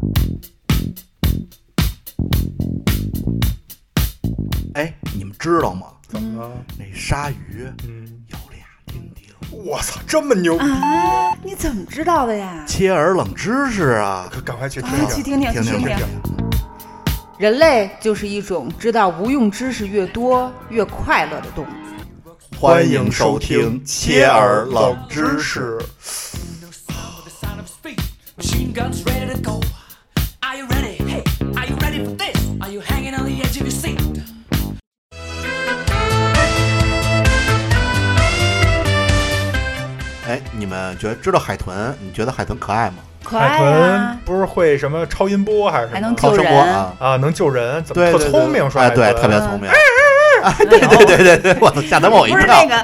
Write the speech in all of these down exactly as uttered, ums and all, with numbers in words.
哎，你们知道吗？ 怎么了？ 那鲨鱼嗯， 有俩丁丁。 我操，这么牛啊！你怎么知道的呀？ 切耳冷知识啊！ 可赶快去听啊，去听听， 听听听。 人类就是一种知道无用知识越多越快乐的动物。 欢迎收听切耳冷知识。 Machine guns ready to go. Are you ready? Hey, are you ready for this? Are you hanging on the edge of your seat? 哎，你们觉得知道海豚？你觉得海豚可爱吗？ 可爱海豚啊！ 不是会什么超音波还是什么？ 还能靠救人生活啊！ 啊，能救人，怎么对， 特聪明？说哎， 海豚对，特别聪明。哎，对对对对对，我操，吓得我一跳。 不是那个，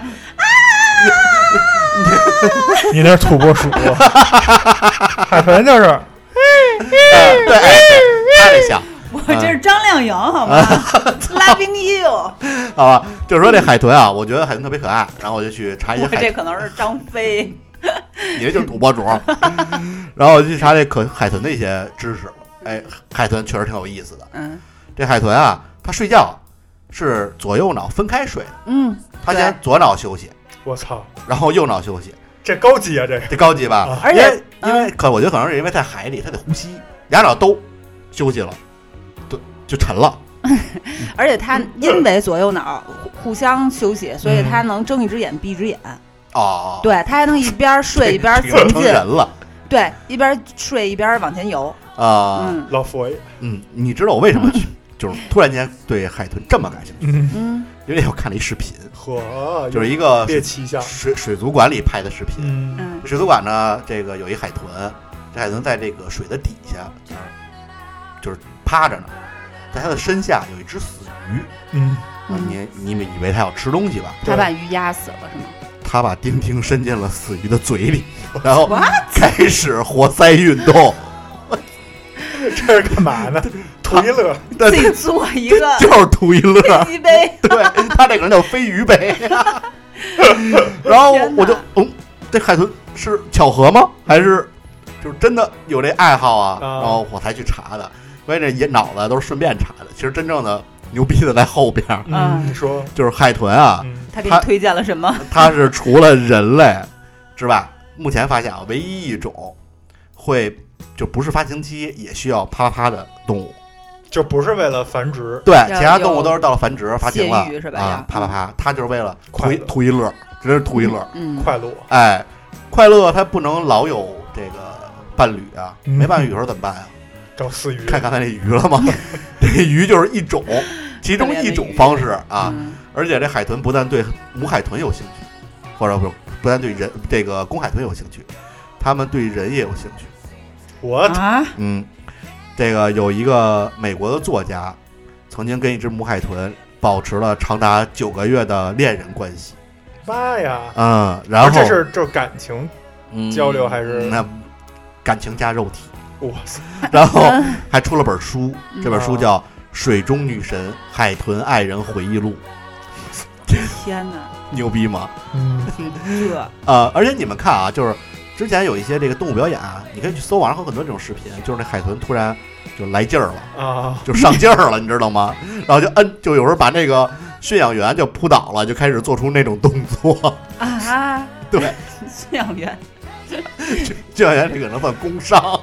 你那是土拨鼠，海豚就是， 对，对，哎，他这像。 我这是张靓颖好吗？拉宾你哟， 好吧，就是说这海豚啊，我觉得海豚特别可爱，然后我就去查一些我海豚。 这可能是张飞。 你这就是土拨鼠。然后我就去查这可海豚的一些知识。哎，海豚确实挺有意思的。 嗯， 这海豚啊，它睡觉是左右脑分开睡的。 嗯， 它先左脑休息， 我操， 然后右脑休息， 这高级啊，这个这高级吧？ 啊而且因为因为可我觉得可能是因为在海里，它得呼吸，俩脑都休息了，就就沉了。 而且它因为左右脑互互相休息，所以它能睁一只眼闭一只眼。 哦， 对，它还能一边睡一边这前进成人。了对，一边睡一边往前游。 啊。 嗯老佛爷， 嗯，你知道我为什么去，就是突然间对海豚这么感兴趣？ 嗯， 嗯， 因为我看了一视频， 呵， 就是一个猎奇一下， 水水族馆里拍的视频。 嗯嗯水族馆呢，这个有一海豚，这海豚在这个水的底下，就是趴着呢，在它的身下有一只死鱼。 嗯， 啊你你们以为它要吃东西吧？ 它把鱼压死了是吗？ 它把丁丁伸进了死鱼的嘴里，然后开始活塞运动。 这是干嘛呢？图一乐， 自己做一个就是图一乐。 飞机杯。 对，他这个人叫飞鱼杯。然后我就，嗯，这海豚是巧合吗？还是就是真的有这爱好啊？ 啊然后我才去查的，所以这也脑子都是顺便查的。其实真正的牛逼的在后边， 嗯，你说， 就是海豚啊， 嗯， 他给你推荐了什么？ 它是除了人类之外，目前发现啊，唯一一种会就不是发情期也需要啪啪啪的动物。 就不是为了繁殖， 对， 要其他动物都是到了繁殖发情了泄欲是吧啊要， 啪啪啪，它就是为了图快乐一图一乐，真是图一乐。 嗯， 快乐， 哎，快乐它不能老有这个伴侣啊， 嗯没伴侣的时候怎么办啊？ 找死鱼， 看刚才那鱼了吗？这鱼就是一种，其中一种方式啊。 嗯而且这海豚不但对母海豚有兴趣，或者不不但对人这个公海豚有兴趣，它们对人也有兴趣。 我啊， 嗯，这个有一个美国的作家，曾经跟一只母海豚保持了长达九个月的恋人关系。 妈呀！ 嗯，然后这是就是感情， 嗯交流还是那感情加肉体， 哇塞， 然后还出了本书， 嗯这本书叫《水中女神海豚爱人回忆录》， 天哪， 牛逼吗？ 嗯， 这呃，而且你们看啊，就是之前有一些这个动物表演啊，你可以去搜网上有很多这种视频，就是那海豚突然就来劲儿了。 啊， 就上劲儿了，你知道吗？然后就摁，就有时候把那个驯养员就扑倒了，就开始做出那种动作。 啊， 对， 驯养员， 驯养员这可能算工伤。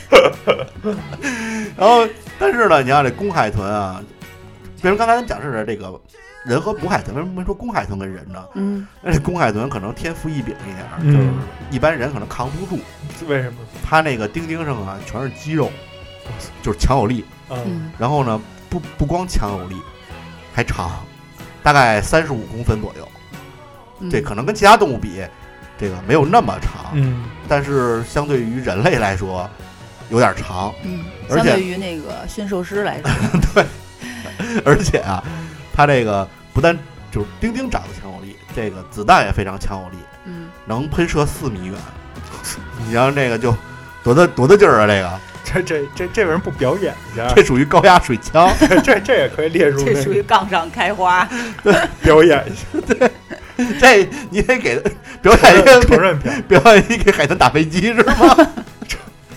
然后，但是呢，你看这公海豚啊，为什么刚才咱讲是这个人和母海豚，为什么没说公海豚跟人呢？ 嗯， 那这公海豚可能天赋异禀一点， 嗯就是一般人可能扛不住。 为什么？ 它那个丁丁上啊全是肌肉，就是强有力。 嗯， 嗯然后呢，不不光强有力，还长，大概三十五公分左右。 嗯这可能跟其他动物比，这个没有那么长， 嗯， 但是相对于人类来说，有点长。 嗯， 而且相对于那个驯兽师来说， 而且啊，它这个不但就是丁丁长得强有力，这个子弹也非常强有力， 嗯， 能喷射四米远。你像这个就多大多大劲儿啊！这个这这这这个人不表演一下， 这属于高压水枪。 这这也可以列入这属那于杠上开花。 表演一下， 这你得给表演一个承认票， 表演一给海豚打飞机是吗？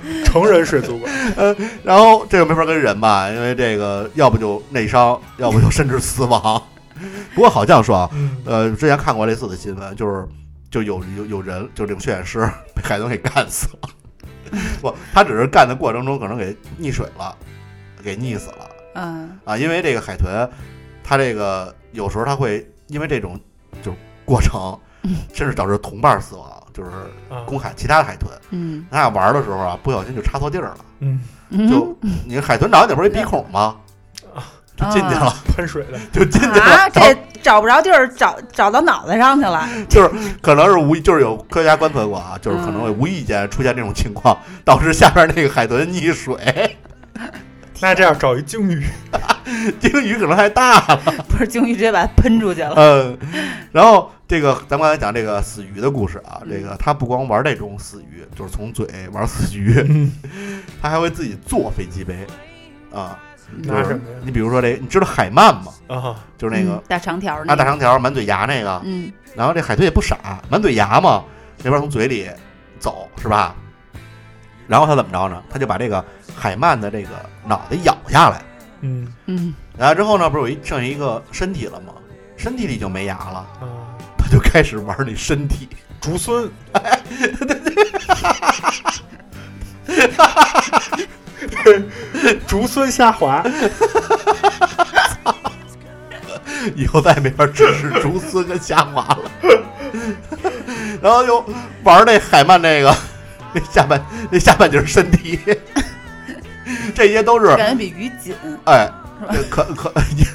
成人水族馆。 呃，然后这个没法跟人吧，因为这个要不就内伤，要不就甚至死亡。不过好像说啊， 嗯呃，之前看过类似的新闻，就是就有有有人就这种训练师被海豚给干死了。不，他只是干的过程中可能给溺水了，给溺死了。 嗯啊，因为这个海豚，它这个有时候它会因为这种就是过程，甚至导致同伴死亡，就是公海其他的海豚， 嗯， 咱俩玩的时候啊，不小心就插错地儿了， 嗯， 就你海豚脑袋不是一鼻孔吗？就进去了， 喷水的， 就进去了。 啊，这找不着地儿，找找到脑袋上去了。 就是可能是无意，就是有科学家观测过啊，就是可能会无意间出现这种情况，导致下边那个海豚溺水。 那这样找一鲸鱼， 鲸鱼可能还大了， 不是鲸鱼直接把它喷出去了。 嗯，然后这个咱们刚才讲这个死鱼的故事啊，这个他不光玩这种死鱼，就是从嘴玩死鱼，他还会自己做飞机杯啊。 拿什么呀？ 你比如说这，你知道海鳗吗？ 啊， 就是那个、 嗯、大长条， 拿大长条满嘴牙那个。 嗯。 然后这海豚也不傻，满嘴牙嘛，那边从嘴里走是吧？然后他怎么着呢？他就把这个海鳗的这个脑袋咬下来。 嗯嗯。 然后之后呢，不是有一剩下一个身体了吗？身体里就没牙了。 啊。 他就开始玩那身体， 竹荪。竹荪虾滑， 以后再也没法指示竹荪跟虾滑了。然后又玩那海鳗那个那下半那下半截身体，这些都是感觉比鱼紧。 哎，可可，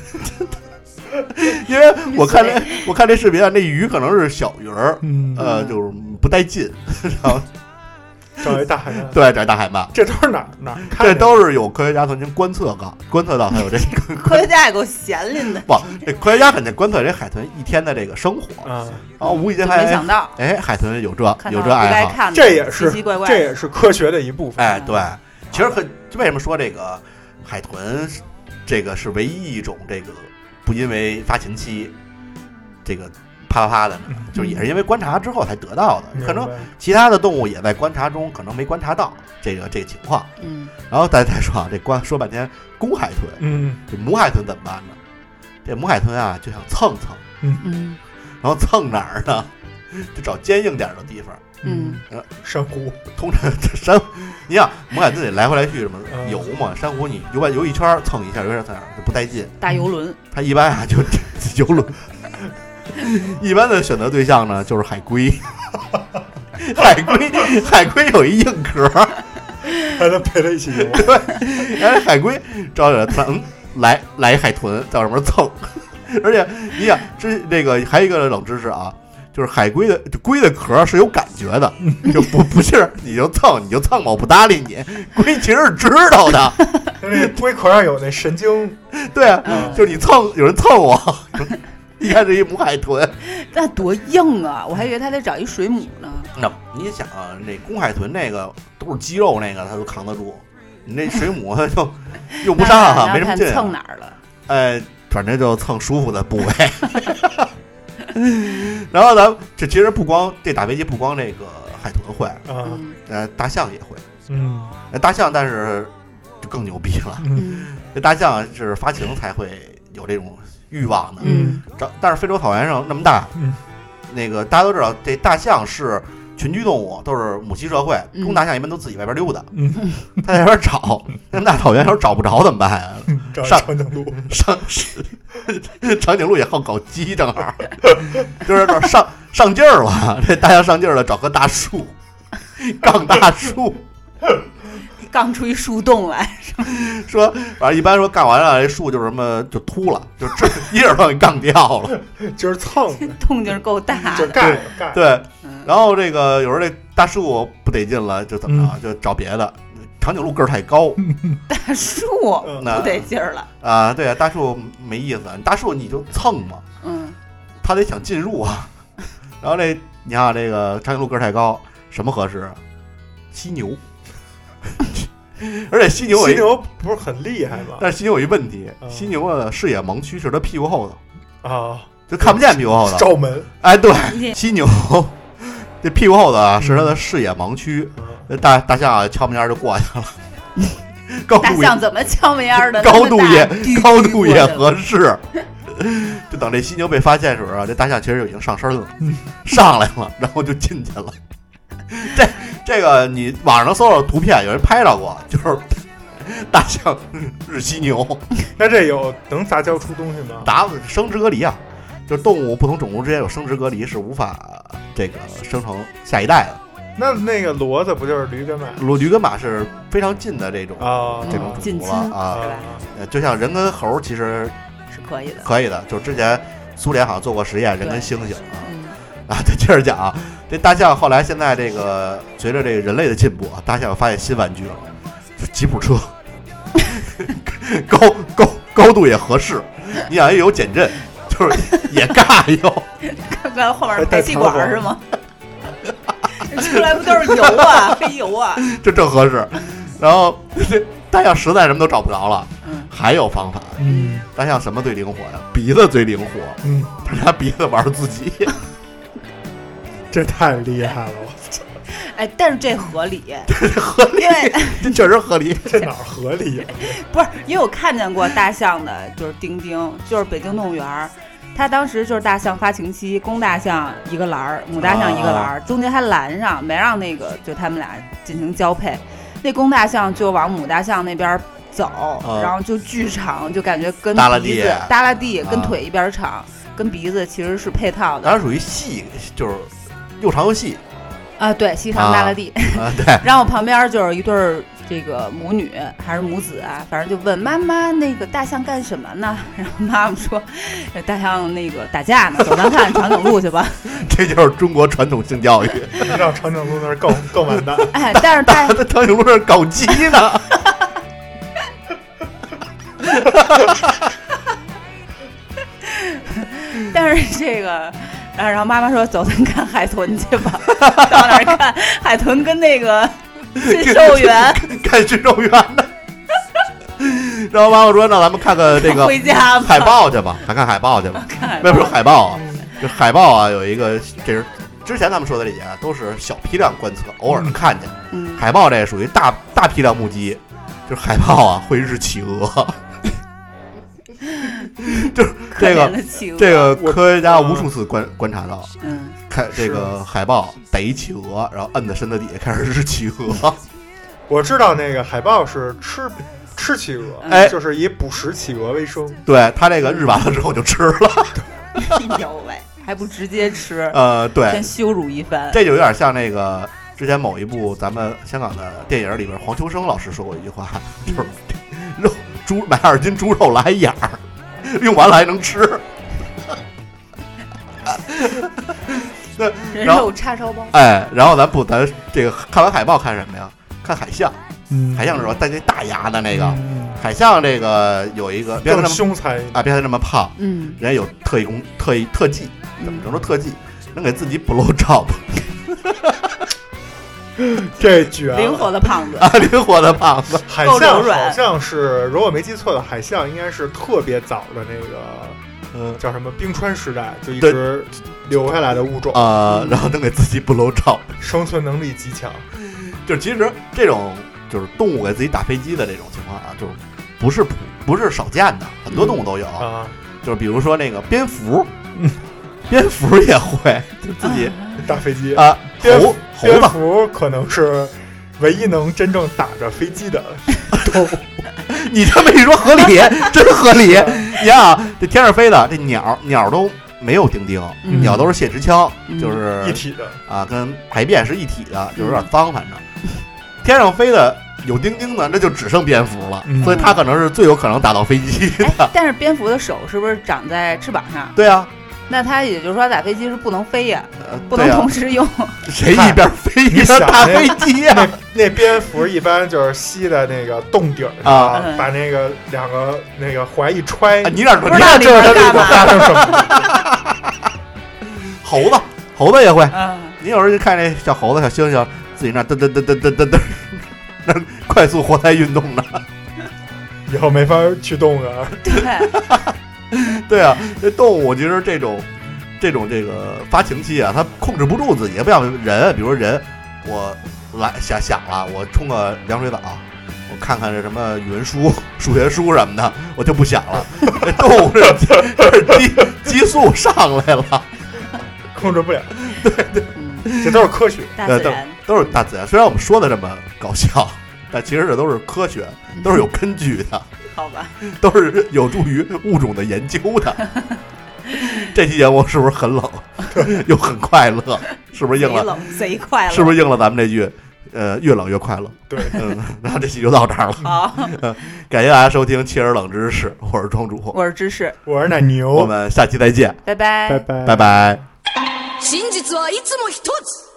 因为我看这我看这视频啊，那鱼可能是小鱼儿， 嗯， 呃，就是不带劲，然后。 找一大海鳗， 对，找一大海鳗， 这都是哪哪看？ 这都是有科学家曾经观测到，观测到还有这个科学家也够闲林的。 不，这科学家肯定观测这海豚一天的这个生活啊， 然后无意间还没想到， 哎，海豚有这有这爱好， 这也是奇奇怪怪， 这也是科学的一部分。 哎，对，其实可为什么说这个海豚这个是唯一一种这个不因为发情期这个。啪啪啪的呢，就是也是因为观察之后才得到的，可能其他的动物也在观察中可能没观察到这个这个情况。 嗯， 然后再再说啊，这观说半天公海豚， 嗯， 这母海豚怎么办呢？这母海豚啊就想蹭蹭， 嗯嗯， 然后蹭哪儿呢？就找坚硬点的地方， 嗯， 呃， 珊瑚， 通常这珊，你想母海豚得来回来去什么游嘛，珊瑚你游完游一圈蹭一下，游一下蹭一下就不带劲。 大游轮， 它一般啊就游轮。一般的选择对象呢，就是海龟。海龟，海龟有一硬壳， 还能陪他一起游。 对，然后海龟招着他，嗯，来来海豚在上面蹭。而且你想，这这个还有一个冷知识啊，就是海龟的龟的壳是有感觉的，就不不是你就蹭你就蹭吧，我不搭理你。龟其实是知道的， 那龟壳上有那神经。 对啊，嗯、就是你蹭有人蹭我。你看这一母海豚， 那多硬啊！我还以为他得找一水母呢。 那你想啊，那公海豚那个都是肌肉，那个它都扛得住。你那水母它就用不上啊，没什么劲。 蹭哪儿了？ 哎，反正就蹭舒服的部位。然后咱们这其实不光这打飞机，不光这个海豚会啊， 呃，大象也会。 嗯， 大象但是就更牛逼了。 嗯， 这大象是发情才会有这种。欲望的， 嗯， 但是非洲草原上那么大， 嗯， 那个大家都知道，这大象是群居动物，都是母系社会， 嗯、 公大象一般都自己外边溜达， 嗯， 他在外边找，那大草原要是找不着怎么办啊？ 嗯、上长颈鹿， 上长颈鹿也好搞基，正好，就是说上上劲儿了，这大象上劲儿了，找棵大树，杠大树。 杠出一树洞来， 说反正一般说干完了，这树就什么就秃了，就这一耳朵给杠掉了， 就是蹭， 动静够大， 就盖盖对。然后这个有时候这大树不得劲了，就怎么着、嗯、就找别的。长颈鹿个儿太高， 大树不得劲儿了啊！对啊，大树没意思，大树你就蹭嘛， 嗯， 他得想进入啊。然后这你看这个长颈鹿个儿太高，什么合适？犀牛。而且犀牛犀牛不是很厉害吗？ 但是犀牛有一问题，嗯、犀牛的视野盲区是它屁股后头啊， 就看不见屁股后头。 照门， 哎，对，犀牛这屁股后头啊是它的视野盲区， 大大象啊敲门眼就过去了，高大度也象怎么敲门眼的？ 高度也那么大高度也合适。就等这犀牛被发现时候啊，这大象其实就已经上身了，上来了，然后就进去了。这这个你网上能搜到图片，有人拍到过，就是大象日犀牛， 那这有能杂交出东西吗？ 打生殖隔离啊，就是动物不同种族之间有生殖隔离，是无法这个生成下一代的。 那那个骡子不就是驴跟马驴驴跟马是非常近的这种、 啊？ 这种近亲种族了啊， 是吧？ 呃就像人跟猴其实是可以的。 可以的，就是之前苏联好像做过实验，人跟对猩猩啊。 嗯， 啊，再接着讲啊，这大象后来现在这个随着这个人类的进步啊，大象发现新玩具了，就吉普车，高高高度也合适，你想有减震，就是也尬哟。 看看后面排气管是吗？出来不都是油啊，黑油啊？ 就正合适。然后这大象实在什么都找不着了， 嗯， 还有方法。 嗯大象什么最灵活呀？鼻子最灵活， 嗯， 他拿鼻子玩自己。 这太厉害了，我操， 哎，但是这合理， 合理， 因为这确实合理。 这哪儿合理呀？ 不是，因为我看见过大象的，就是丁丁，就是北京动物园儿。他当时就是大象发情期，公大象一个栏儿，母大象一个栏儿，中间还拦上，没让那个就他们俩进行交配。那公大象就往母大象那边走， 啊然后就巨长，就感觉跟耷拉地鼻子耷拉地，跟啊腿一边长，跟鼻子其实是配套的当然属于细，就是又长又细啊。对，细长耷拉地。 啊，对。 然后旁边就是一对儿这个母女还是母子啊，反正就问妈妈那个大象干什么呢？然后妈妈说，这大象那个打架呢，走咱看长颈鹿去吧。 这就是中国传统性教育。 让长颈鹿那儿更更完蛋。 哎，但是大在长颈鹿那儿搞基呢。 但是这个。然后，然后妈妈说：“走，咱看海豚去吧。”到那儿看海豚跟那个驯兽员看驯兽员的。然后妈妈说：“那咱们看看这个回家吧海豹去吧，看看海豹去吧。”为什么海豹啊？这海豹啊，有一个，这是之前咱们说的这些啊，都是小批量观测，偶尔能看见。 嗯， 海豹这属于大大批量目击，就是海豹啊会日企鹅。就是这个这个科学家无数次观观察到， 嗯， 看这个海豹逮一企鹅，然后摁在身子底下开始日企鹅。 我知道那个海豹是吃吃企鹅， 哎就是以捕食企鹅为生。 对他这个日完了之后就吃了。 哎呦喂，还不直接吃， 呃，对先，羞辱一番。 这就有点像那个之前某一部咱们香港的电影里边，黄秋生老师说过一句话，就是肉猪买二斤猪肉了还眼儿，用完了还能吃。那人然后肉叉烧包， 哎，然后咱不咱这个看完海豹看什么呀？看海象， 嗯海象是吧？带那大牙的那个、 嗯海象，这个有一个别看更那么凶残。 啊，别看那么胖， 嗯， 人家有特异功特异特技，怎么嗯着说特技？能给自己 blow job 这绝了灵活的胖子啊，灵活的胖子。 海够柔象软好像是，如果没记错的，海象应该是特别早的那个嗯叫什么冰川时代就一直留下来的物种， 啊、然后能给自己 blow job， 生存能力极强。 就是其实这种就是动物给自己打飞机的这种情况啊，就是不是普不是少见的，很多动物都有。 啊， 就是比如说那个蝙蝠， 嗯蝙蝠也会就自己打飞机啊， 蝙猴猴蝙子蝠可能是唯一能真正打着飞机的动物。 你这么一说合理，真合理。你看啊，这天上飞的这鸟，鸟都没有钉钉， 嗯鸟都是泄殖腔， 嗯就是一体的， 啊，跟排便是一体的，就是有点脏，反正。天上飞的有钉钉的，那就只剩蝙蝠了， 嗯所以它可能是最有可能打到飞机哎的。， 但是蝙蝠的手是不是长在翅膀上？ 对啊， 那它也就是说打飞机是不能飞呀， 呃不能对啊同时用。 谁一边飞一边打飞机呀、 那那蝙蝠一般就是吸在那个洞顶上， 啊把那个两个那个环一揣， 啊你哪知道？ 不知道你哪知道它里边干嘛这个发生什么？猴子，猴子也会。 嗯， 你有时候就看那小猴子、小猩猩自己那噔噔噔噔噔噔噔，那快速活塞运动呢。 以后没法去动物园。 对， 对啊，这动物其实这种这种这个发情期啊，它控制不住自己，不像人，比如说人，我来想想了，我冲个凉水澡，我看看这什么语文书、数学书什么的，我就不想了。这动物这这激激素上来了， 控制不了， 对对， 嗯， 这都是科学。 大自然。 都是大自然。虽然我们说的这么搞笑，但其实这都是科学，都是有根据的， 好吧， 都是有助于物种的研究的。这期节目是不是很冷，又很快乐？是不是应了？ 贼冷贼快乐， 是不是应了咱们这句？呃，越冷越快乐。 对， 嗯，然后这期就到这儿了。 好， 嗯，感谢大家收听《切尔冷知识》，我是庄主， 我是芝士， 我是奶牛， 我们下期再见， 拜拜， 拜拜， 拜拜。 真実はいつも一つ